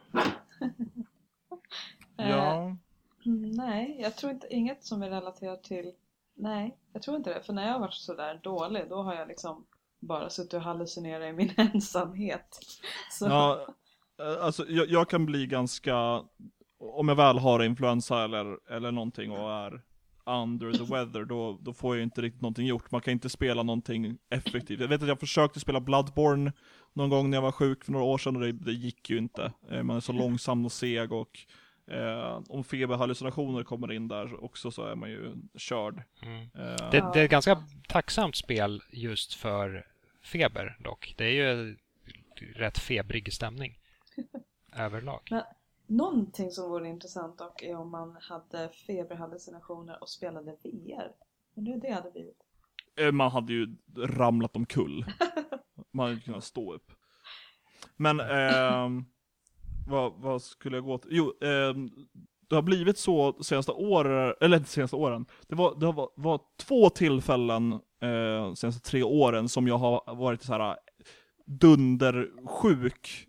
Ja. Nej, jag tror inte, inget som är relaterat till... Nej, jag tror inte det. För när jag har varit så där dålig, då har jag liksom bara suttit och hallucinerat i min ensamhet. Så. Ja, alltså jag kan bli ganska... Om jag väl har influensa eller någonting och är under the weather, då får jag inte riktigt någonting gjort. Man kan inte spela någonting effektivt. Jag vet att jag försökte spela Bloodborne någon gång när jag var sjuk för några år sedan, och det gick ju inte. Man är så långsam och seg, och om feberhallucinationer kommer in där också så är man ju körd. Det är ett ganska tacksamt spel just för feber dock. Det är ju rätt febrig stämning överlag. Men någonting som vore intressant dock är om man hade feberhallucinationer och spelade VR. Men det hade blivit. Man hade ju ramlat omkull. Man hade kunnat stå upp. Men vad skulle jag gå till? Jo, det har blivit så senaste åren, eller inte senaste åren. Det var 2 tillfällen senaste 3 åren som jag har varit så här dundersjuk,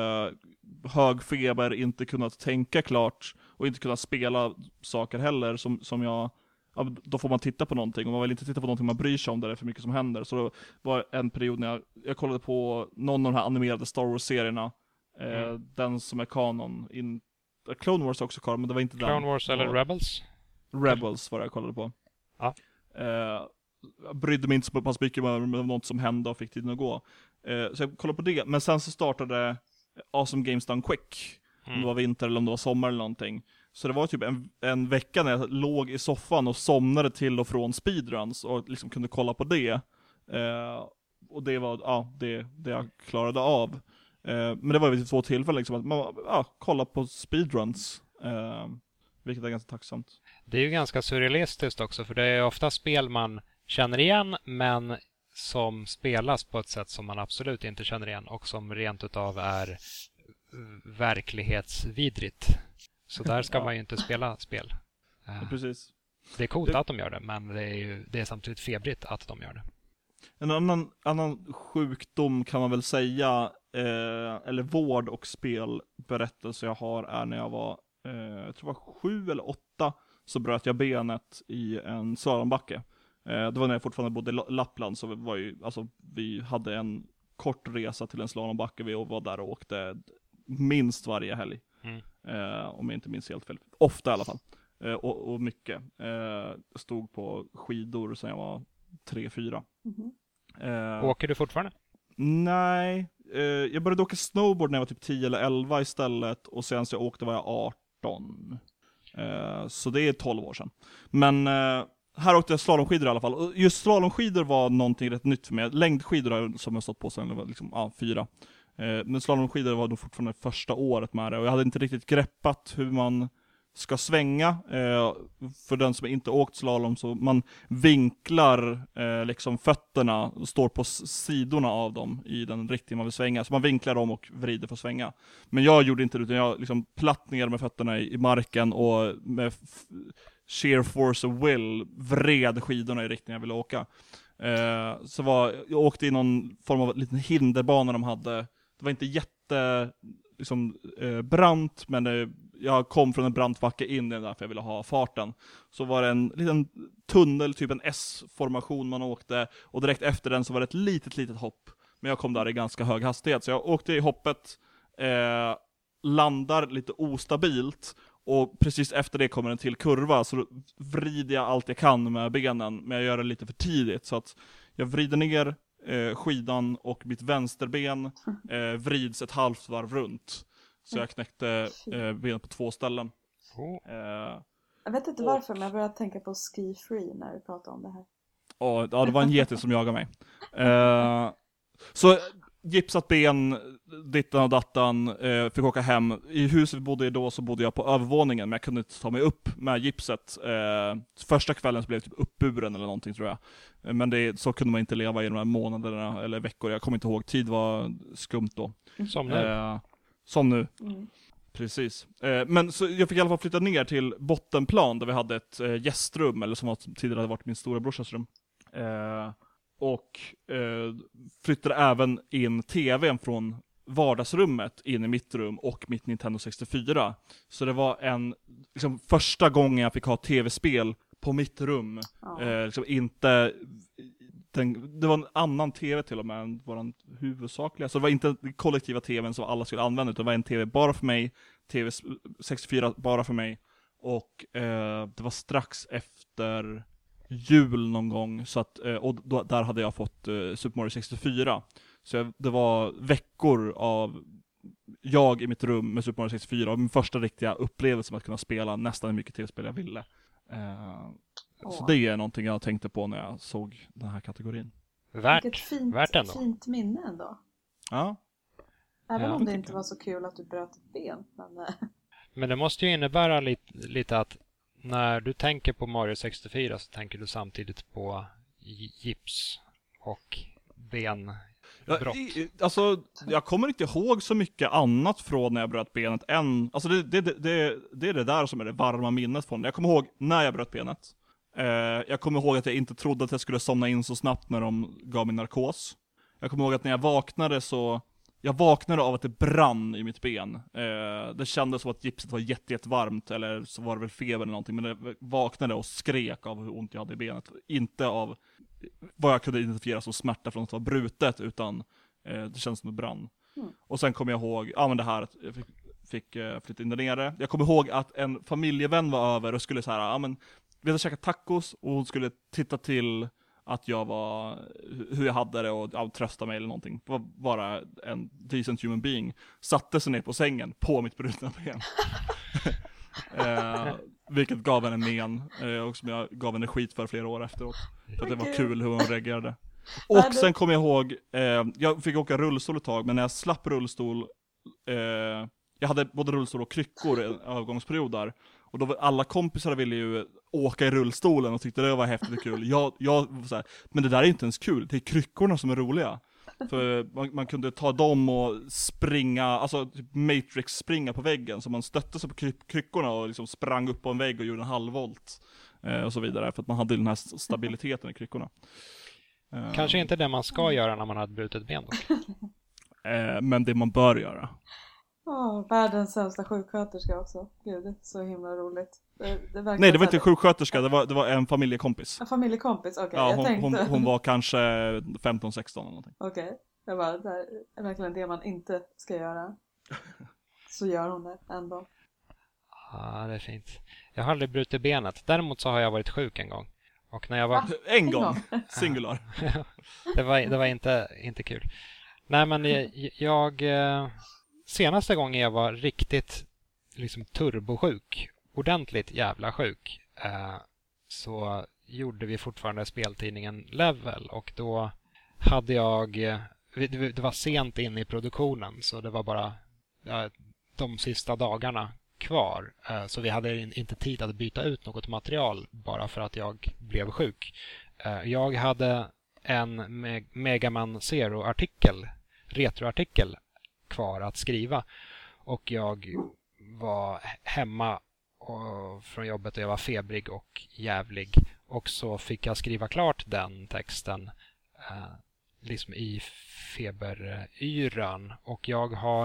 hög feber, inte kunnat tänka klart och inte kunnat spela saker heller som jag, ja, då får man titta på någonting och man vill inte titta på någonting man bryr sig om där det är för mycket som händer. Så det var en period när jag kollade på någon av de här animerade Star Wars-serierna, den som är kanon, Clone Wars också kanon, men det var inte Clone Wars eller Rebels? Rebels var det jag kollade på. Ja. Jag brydde mig inte så pass mycket med något som hände och fick tiden att gå. Så jag kollade på det, men sen så startade Awesome Games Done Quick. Om det var vinter eller om det var sommar eller någonting. Så det var typ en vecka när jag låg i soffan och somnade till och från speedruns och liksom kunde kolla på det. Och det var det jag klarade av. Men det var vid 2 tillfällen liksom att man kolla på speedruns. Vilket är ganska tacksamt. Det är ju ganska surrealistiskt också, för det är ofta spel man känner igen men som spelas på ett sätt som man absolut inte känner igen och som rent utav är verklighetsvidrigt. Så där ska man ju inte spela spel. Precis. Det är coolt att de gör det, men det är samtidigt febrigt att de gör det. En annan sjukdom kan man väl säga, eller vård- och spelberättelse jag har är när jag var, jag tror det var 7 eller 8, så bröt jag benet i en slalombacke. Det var när jag fortfarande bodde i Lappland, så vi hade en kort resa till en slalombacke. Vi var där och åkte minst varje helg. Om jag inte minns helt fel. Ofta i alla fall. Och mycket. Stod på skidor sedan jag var 3-4. Åker du fortfarande? Nej. Jag började åka snowboard när jag var typ 10 eller 11 istället. Och sen så jag åkte var jag 18. Så det är 12 år sedan. Men här åkte jag slalomskidor i alla fall. Och just slalomskidor var någonting rätt nytt för mig. Längdskidor som jag stått på sen var liksom 4. Men slalomskidor var nog fortfarande första året med det. Och jag hade inte riktigt greppat hur man ska svänga. För den som inte åkt slalom, så man vinklar liksom fötterna och står på sidorna av dem i den riktning man vill svänga. Så man vinklar dem och vrider för att svänga. Men jag gjorde inte det, utan jag liksom platt ner med fötterna i marken och med sheer force of will vred skidorna i riktningen jag ville åka. Jag åkte i någon form av liten hinderbana de hade. Det var inte jätte brant, men jag kom från en brant backe in i den där för jag ville ha farten. Så var det en liten tunnel, typ en S-formation man åkte, och direkt efter den så var det ett litet hopp. Men jag kom där i ganska hög hastighet, så jag åkte i hoppet, landar lite ostabilt, och precis efter det kommer en till kurva, så vrider jag allt jag kan med benen, men jag gör det lite för tidigt, så att jag vrider ner skidan och mitt vänsterben vrids ett halvt varv runt. Så jag knäckte benet på 2 ställen. Jag vet inte varför, men jag började tänka på Ski Free när vi pratade om det här. Ja, det var en geting som jagade mig. Så gipsat ben, dittan och dattan, fick åka hem. I huset vi bodde i då så bodde jag på övervåningen, men jag kunde inte ta mig upp med gipset. Första kvällen så blev jag typ uppburen eller någonting, tror jag. Men så kunde man inte leva i de här månaderna eller veckor. Jag kommer inte ihåg, tid var skumt då. Som nu. Precis. Men så jag fick i alla fall flytta ner till bottenplan där vi hade ett gästrum, eller som tidigare hade varit min stora brorsas rum. Och flyttade även in tvn från vardagsrummet in i mitt rum och mitt Nintendo 64. Så det var första gången jag fick ha tv-spel på mitt rum. Det var en annan tv till och med än våran huvudsakliga. Så det var inte den kollektiva tvn som alla skulle använda, utan det var en tv bara för mig, tv 64 bara för mig. Och det var strax efter jul någon gång, så att, och där hade jag fått Super Mario 64. Så det var veckor av jag i mitt rum med Super Mario 64, och min första riktiga upplevelse med att kunna spela nästan hur mycket tv-spel jag ville. Så det är någonting jag tänkte på när jag såg den här kategorin. Värt ändå. Fint minne ändå. Ja. Även om det inte var så kul att du bröt ett ben. Men det måste ju innebära lite att när du tänker på Mario 64 så tänker du samtidigt på gips och ben. brott? Alltså, jag kommer inte ihåg så mycket annat från när jag bröt benet än... Alltså det är det där som är det varma minnet från det. Jag kommer ihåg när jag bröt benet. Jag kommer ihåg att jag inte trodde att jag skulle somna in så snabbt när de gav mig narkos. Jag kommer ihåg att när jag vaknade så... Jag vaknade av att det brann i mitt ben. Det kändes som att gipset var jättevarmt, eller så var det väl feber eller någonting. Men jag vaknade och skrek av hur ont jag hade i benet. Inte av vad jag kunde identifiera som smärta från att vara brutet, utan det kändes som att det brann. Och sen kommer jag ihåg, men det här att jag fick flytta in där nere. Jag kommer ihåg att en familjevän var över och skulle så här, vi hade käkat tacos och hon skulle titta till att jag var, hur jag hade det och trösta mig eller någonting. Det var bara en decent human being. Satte sig ner på sängen på mitt brutna ben. Vilket gav henne men. Och som jag gav henne skit för flera år efteråt. För att det var kul hur hon reagerade. Och sen kom jag ihåg, jag fick åka rullstol ett tag, men när jag slapp rullstol, jag hade både rullstol och kryckor i en övergångsperiod där. Och då var alla kompisar ville ju åka i rullstolen och tyckte det var häftigt och kul. Jag var så här, men det där är inte ens kul. Det är kryckorna som är roliga. För man kunde ta dem och springa, alltså typ Matrix springa på väggen. Så man stötte sig på kryckorna och liksom sprang upp på en vägg och gjorde en halvvolt. Och så vidare. För att man hade den här stabiliteten i kryckorna. Kanske inte det man ska göra när man har ett brutet ben då. Men det man bör göra. Världens sämsta sjuksköterska också. Gud, så himla roligt. Nej, det var inte en sjuksköterska, det var en familjekompis. En familjekompis, okej. Ja, jag tänkte... hon var kanske 15-16 eller någonting. Okej. Jag bara, det är verkligen det man inte ska göra. Så gör hon det ändå. Ja, det är fint. Jag har aldrig brutit benet. Däremot så har jag varit sjuk en gång. Och när jag var... En gång? Singular. det var inte kul. Nej, men jag senaste gången jag var riktigt liksom turbosjuk, ordentligt jävla sjuk, så gjorde vi fortfarande speltidningen Level, och då hade jag, det var sent in i produktionen, så det var bara de sista dagarna kvar, så vi hade inte tid att byta ut något material bara för att jag blev sjuk. Jag hade en Mega Man Zero-artikel, retroartikel kvar att skriva, och jag var hemma från jobbet och jag var febrig och jävlig, och så fick jag skriva klart den texten liksom i feberyran, och jag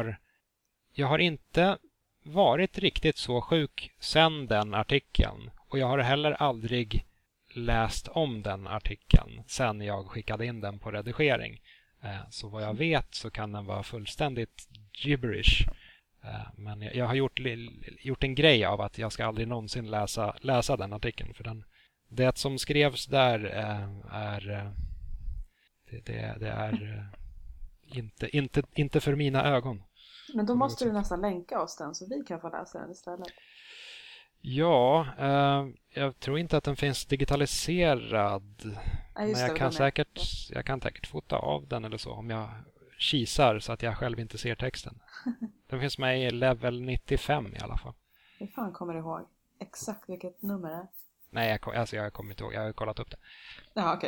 har inte varit riktigt så sjuk sen den artikeln, och jag har heller aldrig läst om den artikeln sen jag skickade in den på redigering. Så vad jag vet så kan den vara fullständigt gibberish. Men jag har gjort en grej av att jag ska aldrig någonsin läsa den artikeln. För det som skrevs där det är inte för mina ögon. Men då måste du nästan länka oss den så vi kan få läsa den istället. Ja, jag tror inte att den finns digitaliserad. Men jag kan säkert fota av den eller så om jag kisar så att jag själv inte ser texten. Den finns med i level 95 i alla fall. Hur fan kommer du ihåg exakt vilket nummer det är? Nej, jag kommer inte ihåg. Jag har kollat upp det. Ja, okej.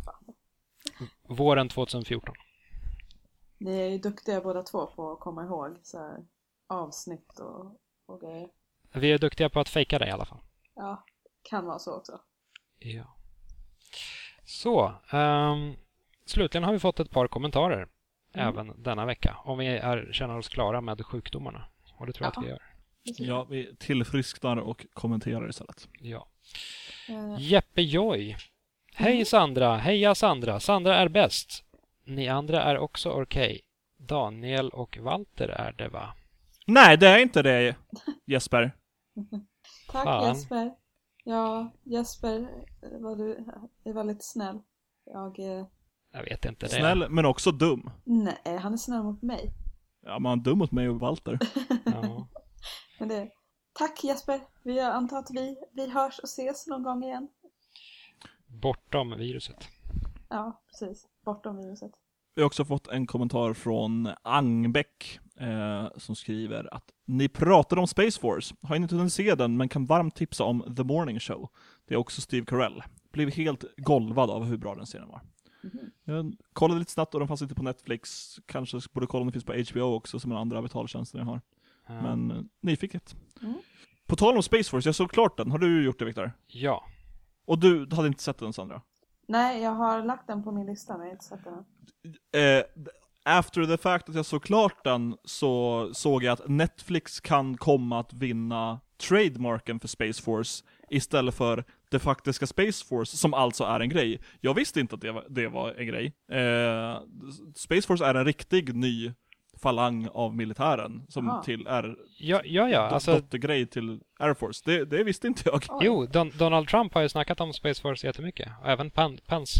Våren 2014. Ni är ju duktiga båda två på att komma ihåg så här avsnitt och grejer. Vi är duktiga på att fejka det i alla fall. Ja, kan vara så också. Ja. Så, slutligen har vi fått ett par kommentarer även denna vecka. Om vi känner oss klara med sjukdomarna. Och det tror jag att vi gör. Ja, vi tillfrisknar och kommenterar istället. Ja. Jeppe Joy. Hej Sandra, heja Sandra. Sandra är bäst. Ni andra är också okej. Daniel och Walter är det, va? Nej, det är inte det, Jesper. Tack Fan. Jesper. Ja, Jesper, du var lite snäll. Jag vet inte det. Snäll, men också dum. Nej, han är snäll mot mig. Ja, man är dum mot mig och Walter. Ja. Men tack Jesper. Vi antar att vi hörs och ses någon gång igen. Bortom viruset. Ja, precis. Bortom viruset. Vi har också fått en kommentar från Angbäck som skriver att ni pratade om Space Force. Har inte hunnit se den, men kan varmt tipsa om The Morning Show. Det är också Steve Carell. Blev helt golvad av hur bra den serien var. Jag kollade lite snabbt och de fanns inte på Netflix. Kanske borde kolla om det finns på HBO också som en andra betaltjänsten jag har. Ja. Men nyfiket. På tal om Space Force, jag såg klart den. Har du gjort det, Viktor? Ja. Och du hade inte sett den, Sandra? Nej, jag har lagt den på min lista men jag har inte sett den. After the fact att jag såg klart den så såg jag att Netflix kan komma att vinna trademarken för Space Force istället för det faktiska Space Force som alltså är en grej. Jag visste inte att det var en grej. Space Force är en riktig ny falang av militären som till är Alltså, dottergrej till Air Force. Det visste inte jag. Jo, Donald Trump har ju snackat om Space Force jättemycket. Och även Pence.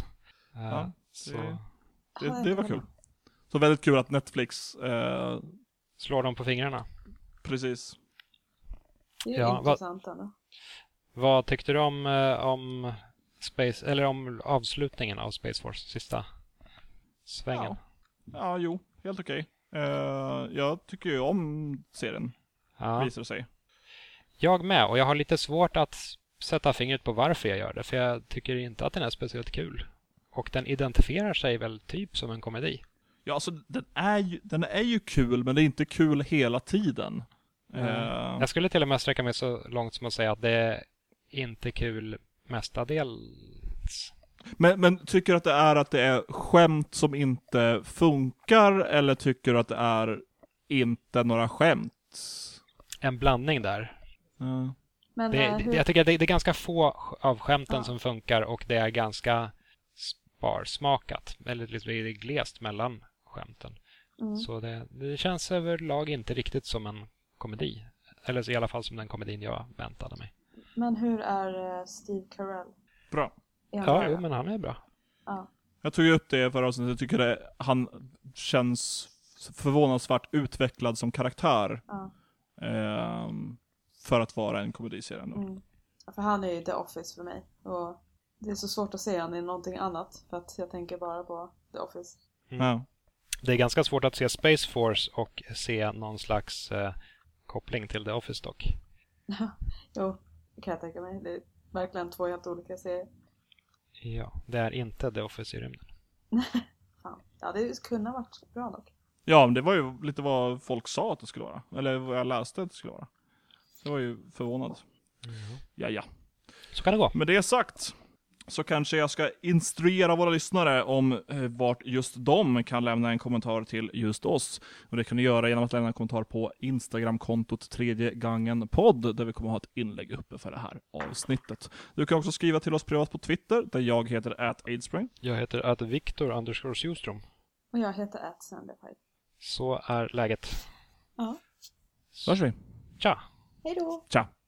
Det var kul. Så väldigt kul att Netflix slår dem på fingrarna. Precis. Det är intressant ändå. Vad tyckte du om Space, eller om avslutningen av Space Force, sista svängen? Ja, helt okej. Jag tycker ju om serien, visar det sig. Jag med, och jag har lite svårt att sätta fingret på varför jag gör det, för jag tycker inte att den är speciellt kul. Och den identifierar sig väl typ som en komedi. Ja, alltså den är ju kul, men det är inte kul hela tiden. Jag skulle till och med sträcka mig så långt som att säga att det är inte kul mestadels. Men tycker du att det är skämt som inte funkar, eller tycker du att det är inte några skämt? En blandning där. Men, jag tycker att det är ganska få av skämten som funkar, och det är ganska sparsmakat. Eller liksom det är glest mellan skämten. Så det känns överlag inte riktigt som en komedi. Eller i alla fall som den komedin jag väntade mig. Men hur är Steve Carell? Bra. Ja, men han är bra. Ja. Jag tog ju upp det förra avsnittet. Jag tycker han känns förvånansvärt utvecklad som karaktär. För att vara en komediserie ändå. För han är ju The Office för mig. Och det är så svårt att se han i någonting annat. För att jag tänker bara på The Office. Det är ganska svårt att se Space Force och se någon slags koppling till The Office dock. Jo, det kan jag tänka mig. Det är verkligen 2 helt olika serier. Ja, det är inte The Office i rymden. Fan. Ja, det kunde ha varit bra dock. Ja, men det var ju lite vad folk sa att det skulle vara. Eller vad jag läste att det skulle vara. Det var ju förvånad. Ja. Så kan det gå. Med det sagt så kanske jag ska instruera våra lyssnare om vart just de kan lämna en kommentar till just oss. Och det kan du göra genom att lämna en kommentar på Instagram-kontot Tredje Gången Podd, där vi kommer att ha ett inlägg uppe för det här avsnittet. Du kan också skriva till oss privat på Twitter, där jag heter @aidspring. Jag heter @Viktor_Sjustrom. Och jag heter @Sanderpipe. Så är läget. Ja. Hörs vi. Tja. Hej då. Tja.